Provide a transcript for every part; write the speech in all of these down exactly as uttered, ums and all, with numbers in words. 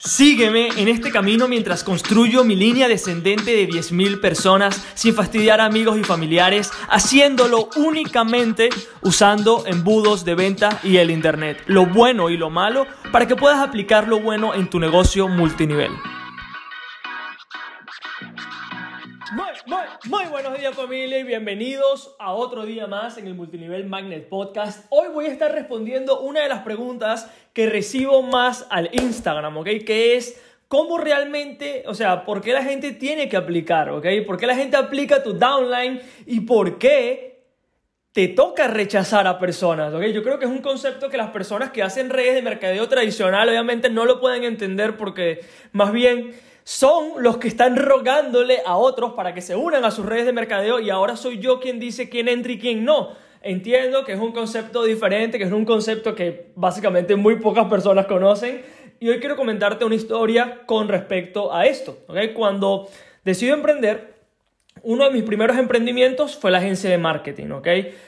Sígueme en este camino mientras construyo mi línea descendente de diez mil personas sin fastidiar a amigos y familiares, haciéndolo únicamente usando embudos de venta y el internet, lo bueno y lo malo, para que puedas aplicar lo bueno en tu negocio multinivel. Muy, muy, muy buenos días, familia, y bienvenidos a otro día más en el Multinivel Magnet Podcast. Hoy voy a estar respondiendo una de las preguntas que recibo más al Instagram, ¿ok? Que es cómo realmente, o sea, por qué la gente tiene que aplicar, ¿ok? ¿Por qué la gente aplica tu downline y por qué te toca rechazar a personas, ¿ok? Yo creo que es un concepto que las personas que hacen redes de mercadeo tradicional obviamente no lo pueden entender, porque más bien son los que están rogándole a otros para que se unan a sus redes de mercadeo, y ahora soy yo quien dice quién entra y quién no. Entiendo que es un concepto diferente, que es un concepto que básicamente muy pocas personas conocen, y hoy quiero comentarte una historia con respecto a esto, ¿ok? Cuando decido emprender, uno de mis primeros emprendimientos fue la agencia de marketing, ¿ok?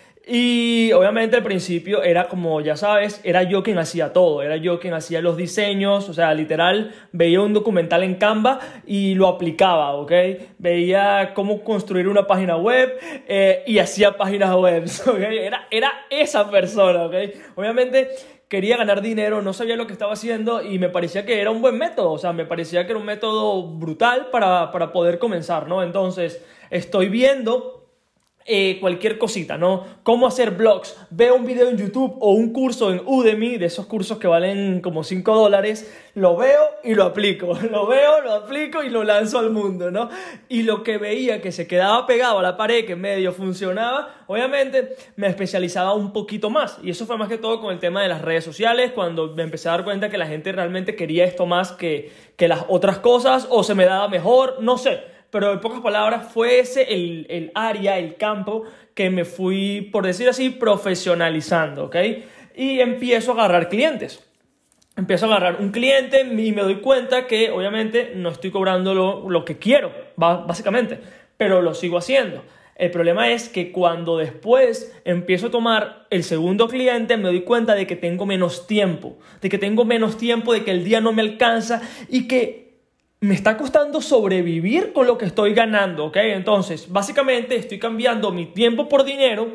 Y obviamente al principio era como, ya sabes, era yo quien hacía todo, era yo quien hacía los diseños, o sea, literal, veía un documental en Canva y lo aplicaba, ¿ok? Veía cómo construir una página web eh, y hacía páginas web, ¿ok? Era, era esa persona, ¿ok? Obviamente quería ganar dinero, no sabía lo que estaba haciendo y me parecía que era un buen método, o sea, me parecía que era un método brutal para, para poder comenzar, ¿no? Entonces, estoy viendo Eh, cualquier cosita, ¿no? Cómo hacer blogs, veo un video en YouTube o un curso en Udemy, de esos cursos que valen como cinco dólares, lo veo y lo aplico, lo veo, lo aplico y lo lanzo al mundo, ¿no? Y lo que veía que se quedaba pegado a la pared, que medio funcionaba, obviamente me especializaba un poquito más, y eso fue más que todo con el tema de las redes sociales, cuando me empecé a dar cuenta que la gente realmente quería esto más que, que las otras cosas, o se me daba mejor, no sé. Pero en pocas palabras fue ese el, el área, el campo que me fui, por decir así, profesionalizando, ¿ok? Y empiezo a agarrar clientes. Empiezo a agarrar un cliente y me doy cuenta que obviamente no estoy cobrando lo, lo que quiero, básicamente, pero lo sigo haciendo. El problema es que cuando después empiezo a tomar el segundo cliente, me doy cuenta de que tengo menos tiempo, de que tengo menos tiempo, de que el día no me alcanza y que me está costando sobrevivir con lo que estoy ganando, ¿ok? Entonces, básicamente estoy cambiando mi tiempo por dinero.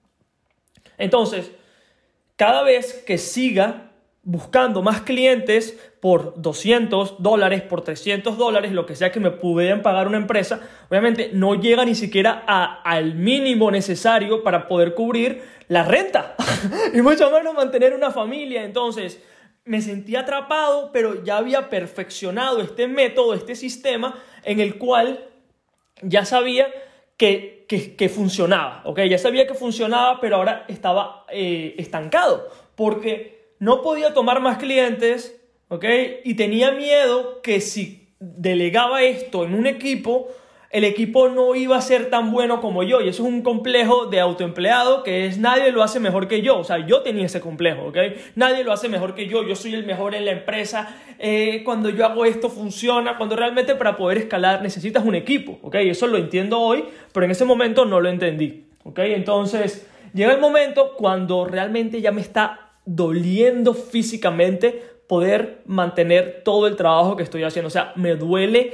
Entonces, cada vez que siga buscando más clientes por doscientos dólares, por trescientos dólares, lo que sea que me pudieran pagar una empresa, obviamente no llega ni siquiera a, al mínimo necesario para poder cubrir la renta y mucho menos mantener una familia. Entonces, me sentí atrapado, pero ya había perfeccionado este método, este sistema en el cual ya sabía que, que, que funcionaba, ¿ok? Ya sabía que funcionaba, pero ahora estaba eh, estancado porque no podía tomar más clientes, ¿ok? Y tenía miedo que si delegaba esto en un equipo, el equipo no iba a ser tan bueno como yo. Y eso es un complejo de autoempleado, que es nadie lo hace mejor que yo. O sea, yo tenía ese complejo, ¿ok? Nadie lo hace mejor que yo. Yo soy el mejor en la empresa. Eh, cuando yo hago esto funciona. Cuando realmente para poder escalar necesitas un equipo, ¿ok? Eso lo entiendo hoy, pero en ese momento no lo entendí, ¿ok? Entonces, llega el momento cuando realmente ya me está doliendo físicamente poder mantener todo el trabajo que estoy haciendo. O sea, me duele.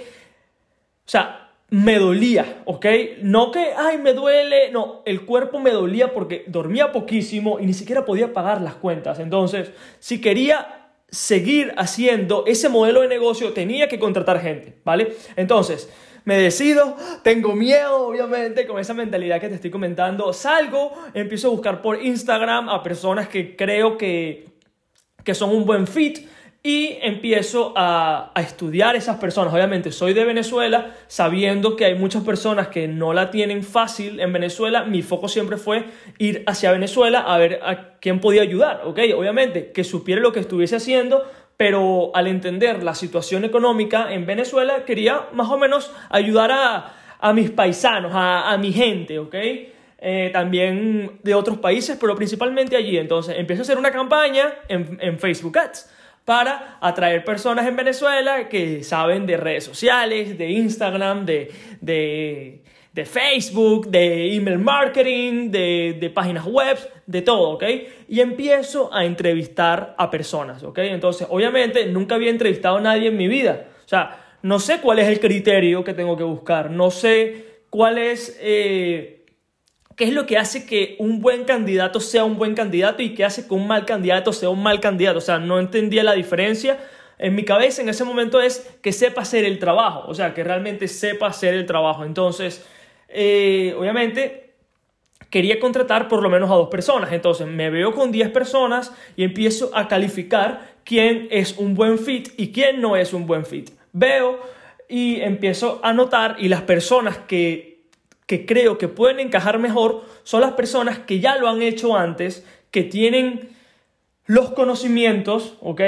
O sea, me dolía, ¿ok? No que, ay, me duele, no, el cuerpo me dolía porque dormía poquísimo y ni siquiera podía pagar las cuentas. Entonces, si quería seguir haciendo ese modelo de negocio, tenía que contratar gente, ¿vale? Entonces, me decido, tengo miedo, obviamente, con esa mentalidad que te estoy comentando, salgo, empiezo a buscar por Instagram a personas que creo que, que son un buen fit, y empiezo a, a estudiar esas personas. Obviamente soy de Venezuela, sabiendo que hay muchas personas que no la tienen fácil en Venezuela. Mi foco siempre fue ir hacia Venezuela a ver a quién podía ayudar, ¿ok? Obviamente que supiera lo que estuviese haciendo, pero al entender la situación económica en Venezuela, quería más o menos ayudar a, a mis paisanos, a, a mi gente, ¿ok? Eh, también de otros países, pero principalmente allí. Entonces empiezo a hacer una campaña en, en Facebook Ads para atraer personas en Venezuela que saben de redes sociales, de Instagram, de, de, de Facebook, de email marketing, de, de páginas web, de todo, ¿ok? Y empiezo a entrevistar a personas, ¿ok? Entonces, obviamente, nunca había entrevistado a nadie en mi vida. O sea, no sé cuál es el criterio que tengo que buscar, no sé cuál es... Eh, ¿Qué es lo que hace que un buen candidato sea un buen candidato y qué hace que un mal candidato sea un mal candidato? O sea, no entendía la diferencia. En mi cabeza en ese momento es que sepa hacer el trabajo, o sea, que realmente sepa hacer el trabajo. Entonces, eh, obviamente, quería contratar por lo menos a dos personas. Entonces, me veo con diez personas y empiezo a calificar quién es un buen fit y quién no es un buen fit. Veo y empiezo a notar y las personas que... que creo que pueden encajar mejor son las personas que ya lo han hecho antes, que tienen los conocimientos, ¿ok?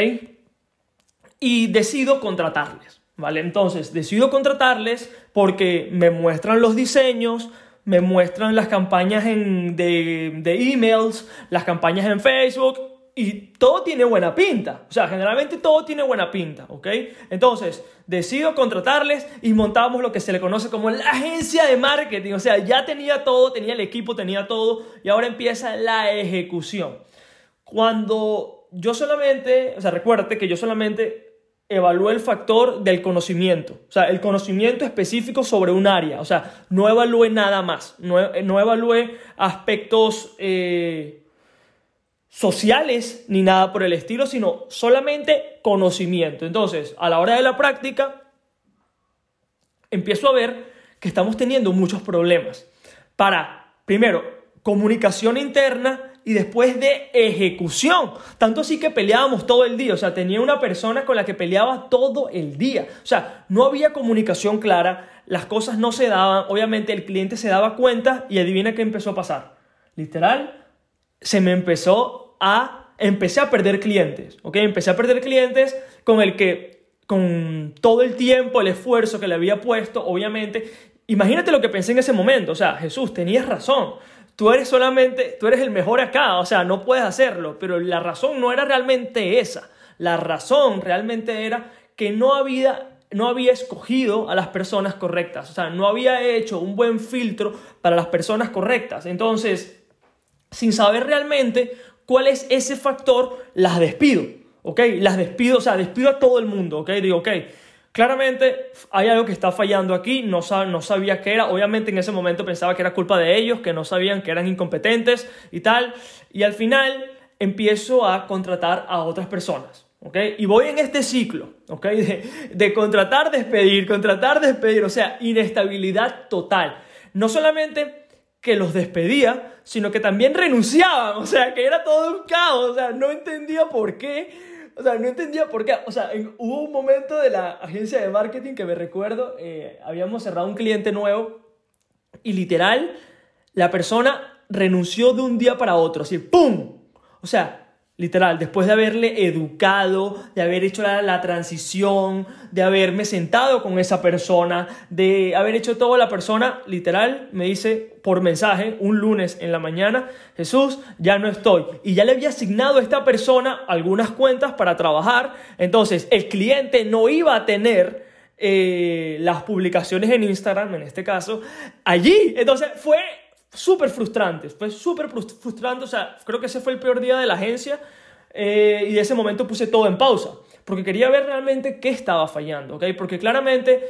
Y decido contratarles, ¿vale? Entonces, decido contratarles porque me muestran los diseños, me muestran las campañas en, de, de emails, las campañas en Facebook y todo tiene buena pinta. O sea, generalmente todo tiene buena pinta, ¿ok? Entonces, decido contratarles y montamos lo que se le conoce como la agencia de marketing. O sea, ya tenía todo, tenía el equipo, tenía todo y ahora empieza la ejecución. Cuando yo solamente, o sea, recuérdate que yo solamente evalué el factor del conocimiento. O sea, el conocimiento específico sobre un área. O sea, no evalué nada más. No, no evalué aspectos... Eh, sociales ni nada por el estilo, sino solamente conocimiento. Entonces, a la hora de la práctica, empiezo a ver que estamos teniendo muchos problemas para, primero, comunicación interna y después de ejecución. Tanto así que peleábamos todo el día. O sea, tenía una persona con la que peleaba todo el día. O sea, no había comunicación clara, las cosas no se daban. Obviamente el cliente se daba cuenta y adivina qué empezó a pasar. Literal, se me empezó a, empecé a perder clientes, ¿ok? Empecé a perder clientes con el que, con todo el tiempo, el esfuerzo que le había puesto, obviamente. Imagínate lo que pensé en ese momento, o sea, Jesús, tenías razón, tú eres solamente, tú eres el mejor acá, o sea, no puedes hacerlo, pero la razón no era realmente esa, la razón realmente era que no había... no había escogido a las personas correctas, o sea, no había hecho un buen filtro para las personas correctas. Entonces, sin saber realmente cuál es ese factor, las despido, ¿ok? Las despido, o sea, despido a todo el mundo, ¿ok? Digo, ok, claramente hay algo que está fallando aquí, no, sab- no sabía qué era, obviamente en ese momento pensaba que era culpa de ellos, que no sabían que eran incompetentes y tal, y al final empiezo a contratar a otras personas, ¿ok? Y voy en este ciclo, ¿ok? De, de contratar, despedir, contratar, despedir, o sea, inestabilidad total. No solamente que los despedía, sino que también renunciaban, o sea, que era todo un caos, o sea, no entendía por qué, o sea, no entendía por qué, o sea, en, hubo un momento de la agencia de marketing que me recuerdo, eh, habíamos cerrado un cliente nuevo y literal, la persona renunció de un día para otro, así, ¡pum! O sea, literal, después de haberle educado, de haber hecho la, la transición, de haberme sentado con esa persona, de haber hecho todo, la persona, literal, me dice por mensaje, un lunes en la mañana, Jesús, ya no estoy. Y ya le había asignado a esta persona algunas cuentas para trabajar. Entonces, el cliente no iba a tener eh, las publicaciones en Instagram, en este caso, allí. Entonces, fue... súper frustrante, fue súper frustrante, o sea, creo que ese fue el peor día de la agencia eh, y de ese momento puse todo en pausa, porque quería ver realmente qué estaba fallando, ¿ok? Porque claramente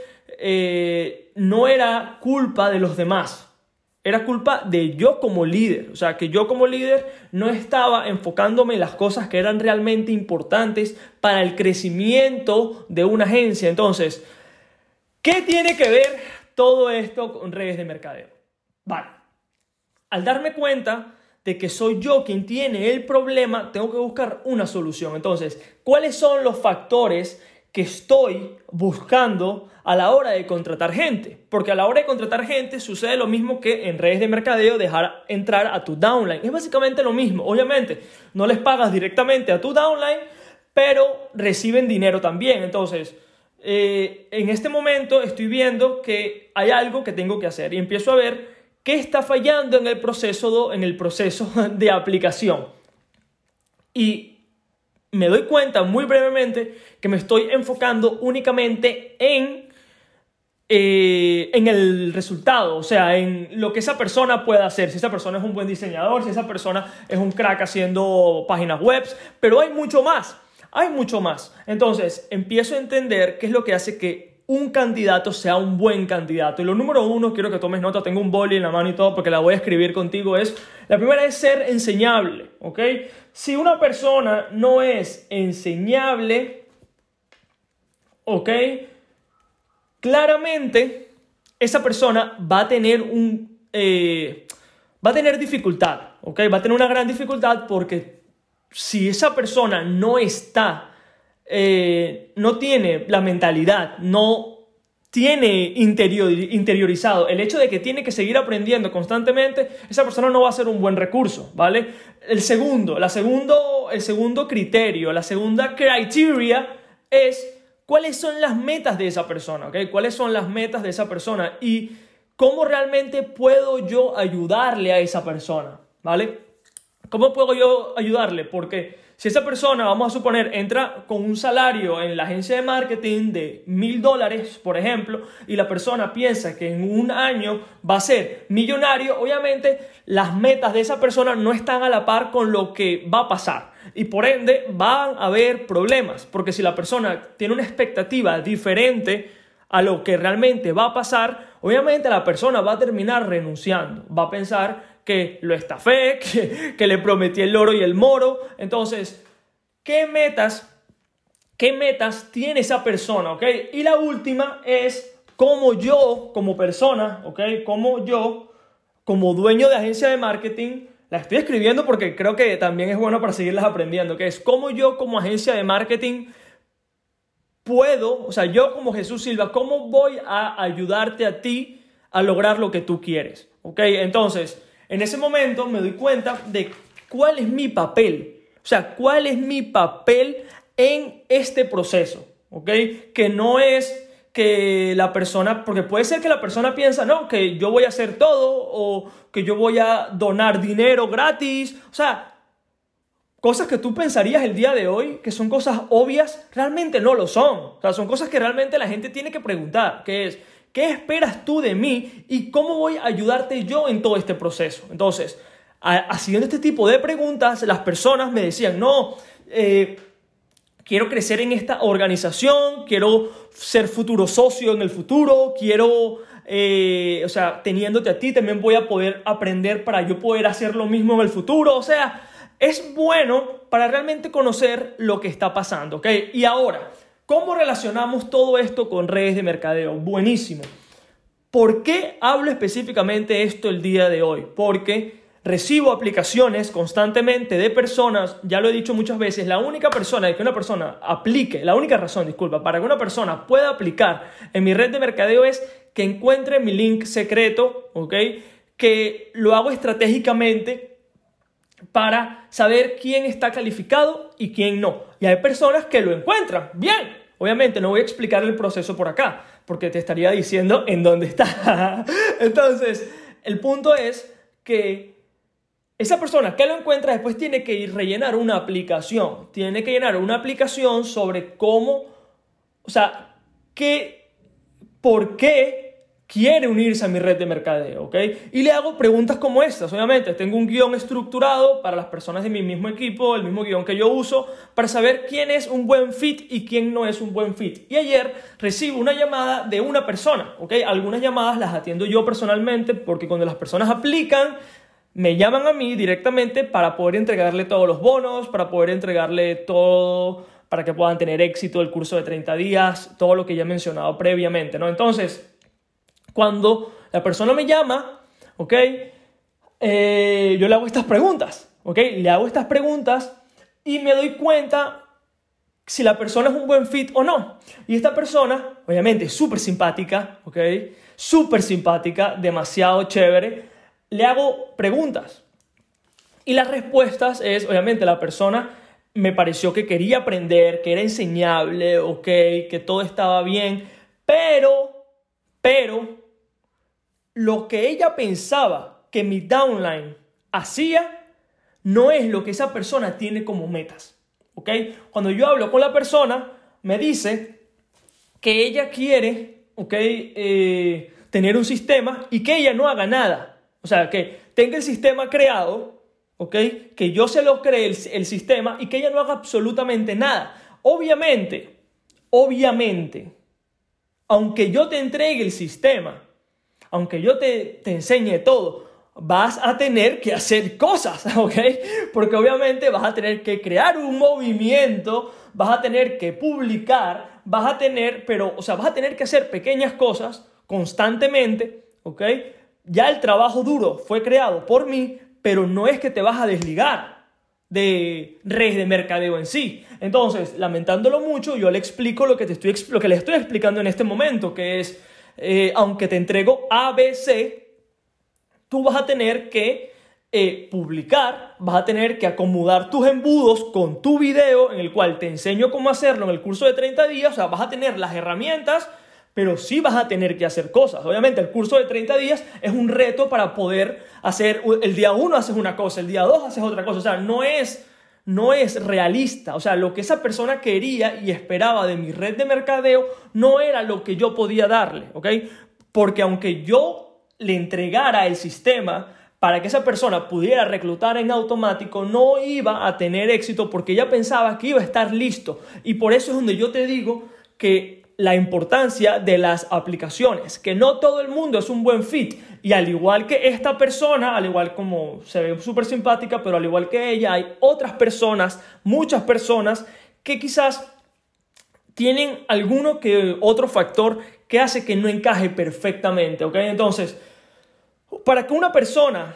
eh, no era culpa de los demás, era culpa de yo como líder, o sea, que yo como líder no estaba enfocándome en las cosas que eran realmente importantes para el crecimiento de una agencia. Entonces, ¿qué tiene que ver todo esto con redes de mercadeo? Vale. Al darme cuenta de que soy yo quien tiene el problema, tengo que buscar una solución. Entonces, ¿cuáles son los factores que estoy buscando a la hora de contratar gente? Porque a la hora de contratar gente sucede lo mismo que en redes de mercadeo, dejar entrar a tu downline. Es básicamente lo mismo. Obviamente, no les pagas directamente a tu downline, pero reciben dinero también. Entonces, eh, en este momento estoy viendo que hay algo que tengo que hacer y empiezo a ver ¿qué está fallando en el proceso de, en el proceso de aplicación? Y me doy cuenta muy brevemente que me estoy enfocando únicamente en eh, en el resultado, o sea, en lo que esa persona pueda hacer, si esa persona es un buen diseñador, si esa persona es un crack haciendo páginas web, pero hay mucho más, hay mucho más. Entonces, empiezo a entender qué es lo que hace que un candidato sea un buen candidato. Y lo número uno, quiero que tomes nota, tengo un boli en la mano y todo porque la voy a escribir contigo, es, la primera es ser enseñable, ¿ok? Si una persona no es enseñable, ¿ok? Claramente, esa persona va a tener un, eh, va a tener dificultad, ¿ok? Va a tener una gran dificultad porque si esa persona no está Eh, no tiene la mentalidad, no tiene interior, interiorizado el hecho de que tiene que seguir aprendiendo constantemente, esa persona no va a ser un buen recurso, ¿vale? El segundo, la segundo, el segundo criterio, la segunda criteria es cuáles son las metas de esa persona, ¿ok? ¿Cuáles son las metas de esa persona? Y cómo realmente puedo yo ayudarle a esa persona, ¿vale? ¿Cómo puedo yo ayudarle? Porque si esa persona, vamos a suponer, entra con un salario en la agencia de marketing de mil dólares, por ejemplo, y la persona piensa que en un año va a ser millonario, obviamente las metas de esa persona no están a la par con lo que va a pasar. Y por ende van a haber problemas, porque si la persona tiene una expectativa diferente a lo que realmente va a pasar, obviamente la persona va a terminar renunciando, va a pensar que lo estafé, que, que le prometí el oro y el moro. Entonces, ¿qué metas, qué metas tiene esa persona? ¿Ok? Y la última es cómo yo, como persona, ¿ok? Cómo yo, como dueño de agencia de marketing, la estoy escribiendo porque creo que también es bueno para seguirlas aprendiendo, que es cómo yo, como agencia de marketing, puedo, o sea, yo como Jesús Silva, ¿cómo voy a ayudarte a ti a lograr lo que tú quieres? ¿Ok? Entonces, en ese momento me doy cuenta de cuál es mi papel, o sea, cuál es mi papel en este proceso, ¿ok? Que no es que la persona, porque puede ser que la persona piensa, no, que yo voy a hacer todo o que yo voy a donar dinero gratis, o sea, cosas que tú pensarías el día de hoy que son cosas obvias, realmente no lo son, o sea, son cosas que realmente la gente tiene que preguntar, que es, ¿qué esperas tú de mí y cómo voy a ayudarte yo en todo este proceso? Entonces, haciendo este tipo de preguntas, las personas me decían, no, eh, quiero crecer en esta organización, quiero ser futuro socio en el futuro, quiero, eh, o sea, teniéndote a ti también voy a poder aprender para yo poder hacer lo mismo en el futuro. O sea, es bueno para realmente conocer lo que está pasando, ¿ok? Y ahora, ¿cómo relacionamos todo esto con redes de mercadeo? Buenísimo. ¿Por qué hablo específicamente esto el día de hoy? Porque recibo aplicaciones constantemente de personas, ya lo he dicho muchas veces, la única persona de que una persona aplique, la única razón, disculpa, para que una persona pueda aplicar en mi red de mercadeo es que encuentre mi link secreto, ¿ok? Que lo hago estratégicamente para saber quién está calificado y quién no. Y hay personas que lo encuentran. Bien, obviamente no voy a explicar el proceso por acá, porque te estaría diciendo en dónde está. Entonces, el punto es que esa persona que lo encuentra después tiene que ir rellenar una aplicación. Tiene que llenar una aplicación sobre cómo, o sea, qué, por qué quiere unirse a mi red de mercadeo, ¿ok? Y le hago preguntas como estas. Obviamente, tengo un guión estructurado para las personas de mi mismo equipo, el mismo guión que yo uso, para saber quién es un buen fit y quién no es un buen fit. Y ayer recibo una llamada de una persona, ¿ok? Algunas llamadas las atiendo yo personalmente porque cuando las personas aplican, me llaman a mí directamente para poder entregarle todos los bonos, para poder entregarle todo, para que puedan tener éxito el curso de treinta días, todo lo que ya he mencionado previamente, ¿no? Entonces, cuando la persona me llama, ¿ok? Eh, yo le hago estas preguntas, ¿ok? Le hago estas preguntas y me doy cuenta si la persona es un buen fit o no. Y esta persona, obviamente, es súper simpática, ¿ok? Súper simpática, demasiado chévere. Le hago preguntas. Y las respuestas es, obviamente, la persona me pareció que quería aprender, que era enseñable, ¿ok? Que todo estaba bien, pero, pero, lo que ella pensaba que mi downline hacía no es lo que esa persona tiene como metas, ¿ok? Cuando yo hablo con la persona, me dice que ella quiere, ¿ok? Eh, tener un sistema y que ella no haga nada. O sea, que tenga el sistema creado, ¿ok? Que yo se lo cree el, el sistema y que ella no haga absolutamente nada. Obviamente, obviamente, aunque yo te entregue el sistema, aunque yo te, te enseñe todo, vas a tener que hacer cosas, ¿ok? Porque obviamente vas a tener que crear un movimiento, vas a tener que publicar, vas a tener, pero, o sea, vas a tener que hacer pequeñas cosas constantemente, ¿ok? Ya el trabajo duro fue creado por mí, pero no es que te vas a desligar de redes de mercadeo en sí. Entonces, lamentándolo mucho, yo le explico lo que, te estoy, lo que le estoy explicando en este momento, que es, eh, aunque te entrego A B C, tú vas a tener que eh, publicar, vas a tener que acomodar tus embudos con tu video en el cual te enseño cómo hacerlo en el curso de treinta días. O sea, vas a tener las herramientas, pero sí vas a tener que hacer cosas. Obviamente el curso de treinta días es un reto para poder hacer, el día uno haces una cosa, el día dos haces otra cosa. O sea, no es, no es realista. O sea, lo que esa persona quería y esperaba de mi red de mercadeo no era lo que yo podía darle, ¿ok? Porque aunque yo le entregara el sistema para que esa persona pudiera reclutar en automático, no iba a tener éxito porque ella pensaba que iba a estar listo. Y por eso es donde yo te digo que la importancia de las aplicaciones, que no todo el mundo es un buen fit. Y al igual que esta persona, al igual como se ve súper simpática, pero al igual que ella, hay otras personas, muchas personas, que quizás tienen alguno que otro factor que hace que no encaje perfectamente, ¿ok? Entonces, para que una persona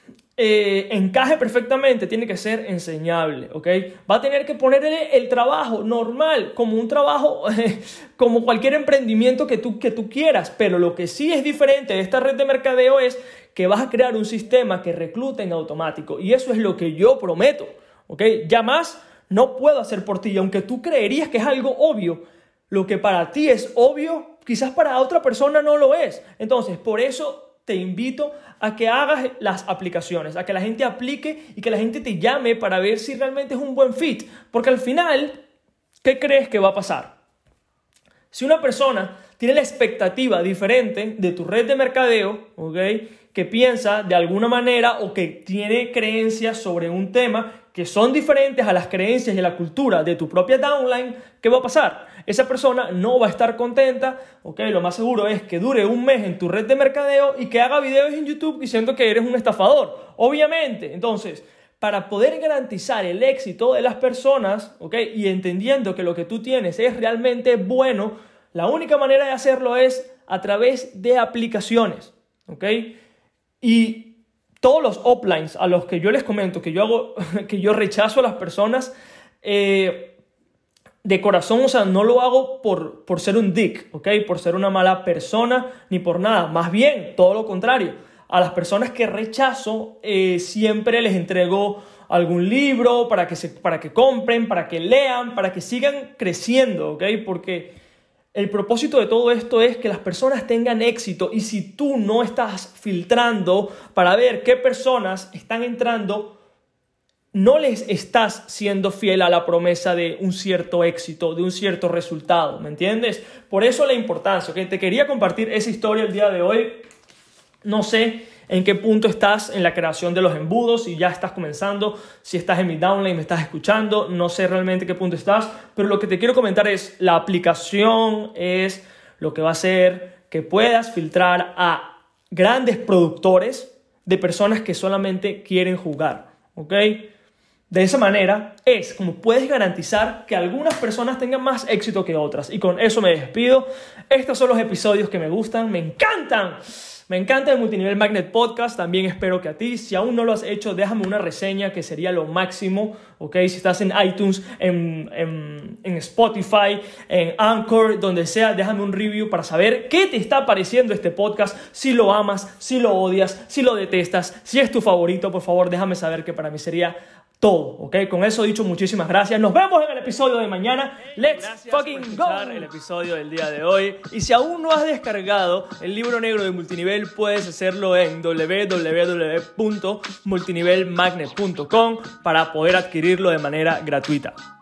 eh, encaje perfectamente, tiene que ser enseñable, ¿ok? Va a tener que ponerle el trabajo normal, como un trabajo, eh, como cualquier emprendimiento que tú, que tú quieras. Pero lo que sí es diferente de esta red de mercadeo es que vas a crear un sistema que reclute en automático. Y eso es lo que yo prometo, ¿ok? Ya más no puedo hacer por ti. Y aunque tú creerías que es algo obvio, lo que para ti es obvio, quizás para otra persona no lo es. Entonces, por eso te invito a que hagas las aplicaciones, a que la gente aplique y que la gente te llame para ver si realmente es un buen fit. Porque al final, ¿qué crees que va a pasar? Si una persona tiene la expectativa diferente de tu red de mercadeo, ¿ok?, que piensa de alguna manera o que tiene creencias sobre un tema que son diferentes a las creencias y a la cultura de tu propia downline, ¿qué va a pasar? Esa persona no va a estar contenta, ¿ok? Lo más seguro es que dure un mes en tu red de mercadeo y que haga videos en YouTube diciendo que eres un estafador, obviamente. Entonces, para poder garantizar el éxito de las personas, ¿ok?, y entendiendo que lo que tú tienes es realmente bueno, la única manera de hacerlo es a través de aplicaciones, ¿ok? Y todos los uplines a los que yo les comento, que yo hago, que yo rechazo a las personas, eh, de corazón, o sea, no lo hago por, por ser un dick, ¿ok? Por ser una mala persona, ni por nada. Más bien, todo lo contrario. A las personas que rechazo, eh, siempre les entrego algún libro para que, se, para que compren, para que lean, para que sigan creciendo, ¿ok? Porque el propósito de todo esto es que las personas tengan éxito, y si tú no estás filtrando para ver qué personas están entrando, no les estás siendo fiel a la promesa de un cierto éxito, de un cierto resultado, ¿me entiendes? Por eso la importancia, ¿ok? Te quería compartir esa historia el día de hoy. No sé en qué punto estás en la creación de los embudos, si ya estás comenzando, si estás en mi downline, me estás escuchando, no sé realmente qué punto estás, pero lo que te quiero comentar es, la aplicación es lo que va a hacer que puedas filtrar a grandes productores de personas que solamente quieren jugar, ¿ok? De esa manera es como puedes garantizar que algunas personas tengan más éxito que otras. Y con eso me despido. Estos son los episodios que me gustan, me encantan. Me encanta el Multinivel Magnet Podcast, también espero que a ti. Si aún no lo has hecho, déjame una reseña, que sería lo máximo, ¿ok? Si estás en iTunes, en, en, en Spotify, en Anchor, donde sea, déjame un review para saber qué te está pareciendo este podcast, si lo amas, si lo odias, si lo detestas, si es tu favorito. Por favor, déjame saber, que para mí sería todo, ¿ok? Con eso dicho, muchísimas gracias. Nos vemos en el episodio de mañana. Let's gracias fucking go. El episodio del día de hoy. Y si aún no has descargado el libro negro de Multinivel, puedes hacerlo en w w w punto multinivel magnet punto com para poder adquirirlo de manera gratuita.